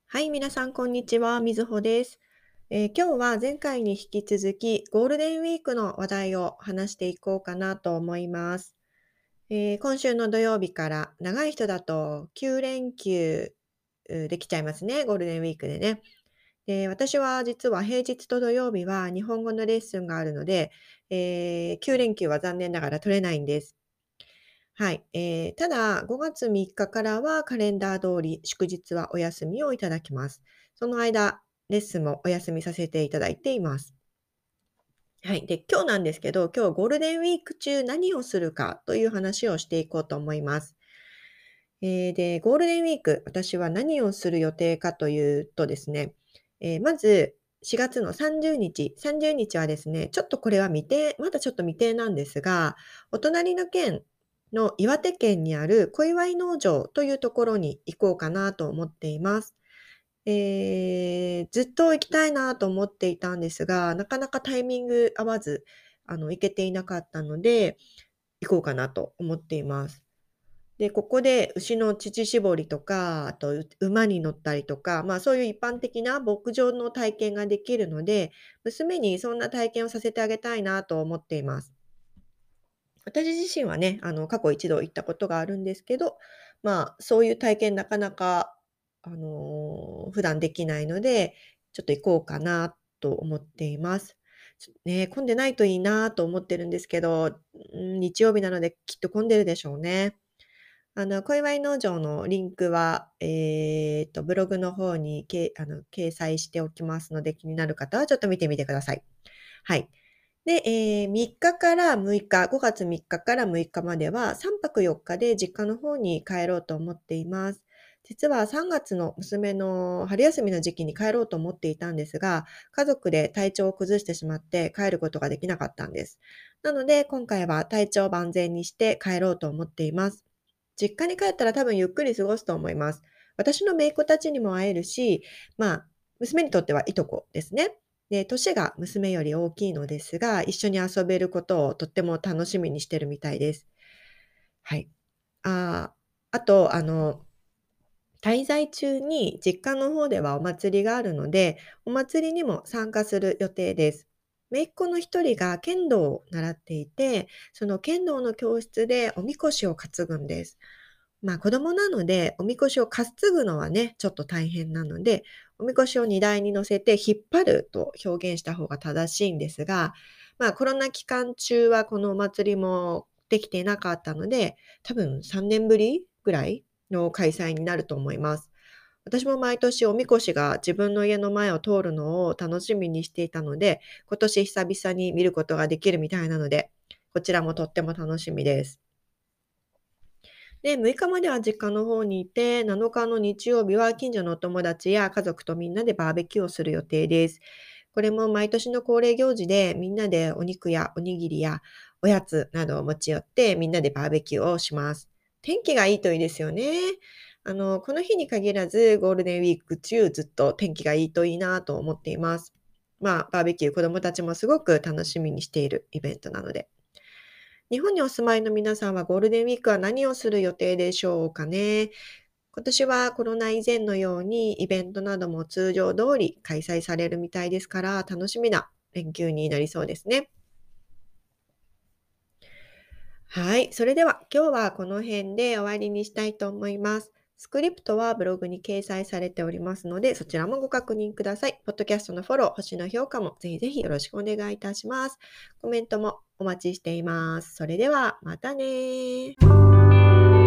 はい、皆さん、こんにちは。みずほです。今日は前回に引き続き、ゴールデンウィークの話題を話していこうかなと思います。今週の土曜日から長い人だと9連休できちゃいますね。ゴールデンウィークでね。で、私は実は平日と土曜日は日本語のレッスンがあるので、9連休は残念ながら取れないんです。はい。ただ、5月3日からはカレンダー通り祝日はお休みをいただきます。その間、レッスンもお休みさせていただいています。はい。で、今日なんですけど、今日ゴールデンウィーク中何をするかという話をしていこうと思います。で、ゴールデンウィーク、私は何をする予定かというとですね、まず4月の30日、30日はですね、ちょっとこれは未定、まだちょっと未定なんですが、お隣の県の岩手県にある小岩井農場というところに行こうかなと思っています。ずっと行きたいなと思っていたんですが、なかなかタイミング合わず、行けていなかったので、行こうかなと思っています。で、ここで牛の乳搾りとか、あと馬に乗ったりとか、そういう一般的な牧場の体験ができるので、娘にそんな体験をさせてあげたいなと思っています。私自身はね、過去一度行ったことがあるんですけど、そういう体験なかなか、普段できないので、ちょっと行こうかなと思っています。ね、混んでないといいなと思ってるんですけど、日曜日なのできっと混んでるでしょうね。小岩農場のリンクは、ブログの方に掲載しておきますので、気になる方はちょっと見てみてください。はい。で、3日から6日、5月3日から6日までは3泊4日で実家の方に帰ろうと思っています。実は3月の娘の春休みの時期に帰ろうと思っていたんですが、家族で体調を崩してしまって帰ることができなかったんです。なので、今回は体調を万全にして帰ろうと思っています。実家に帰ったら多分ゆっくり過ごすと思います。私の姪っ子たちにも会えるし、娘にとってはいとこですね。で、年が娘より大きいのですが、一緒に遊べることをとっても楽しみにしてるみたいです。はい。あと、滞在中に実家の方ではお祭りがあるので、お祭りにも参加する予定です。姪っ子の一人が剣道を習っていて、その剣道の教室でおみこしを担ぐんです。子供なので、おみこしを担ぐのはね、ちょっと大変なので、おみこしを荷台に乗せて引っ張ると表現した方が正しいんですが、コロナ期間中はこのお祭りもできていなかったので、多分3年ぶりぐらいの開催になると思います。私も毎年おみこしが自分の家の前を通るのを楽しみにしていたので、今年久々に見ることができるみたいなので、こちらもとっても楽しみです。で、6日までは実家の方にいて、7日の日曜日は近所のお友達や家族とみんなでバーベキューをする予定です。これも毎年の恒例行事で、みんなでお肉やおにぎりやおやつなどを持ち寄って、みんなでバーベキューをします。天気がいいといいですよね。この日に限らず、ゴールデンウィーク中ずっと天気がいいといいなと思っています。バーベキュー、子供たちもすごく楽しみにしているイベントなので。日本にお住まいの皆さんはゴールデンウィークは何をする予定でしょうかね。今年はコロナ以前のようにイベントなども通常通り開催されるみたいですから楽しみな連休になりそうですね。はい。それでは今日はこの辺で終わりにしたいと思います。スクリプトはブログに掲載されておりますので、そちらもご確認ください。ポッドキャストのフォロー、星の評価もぜひぜひよろしくお願いいたします。コメントもお待ちしています。それではまたね。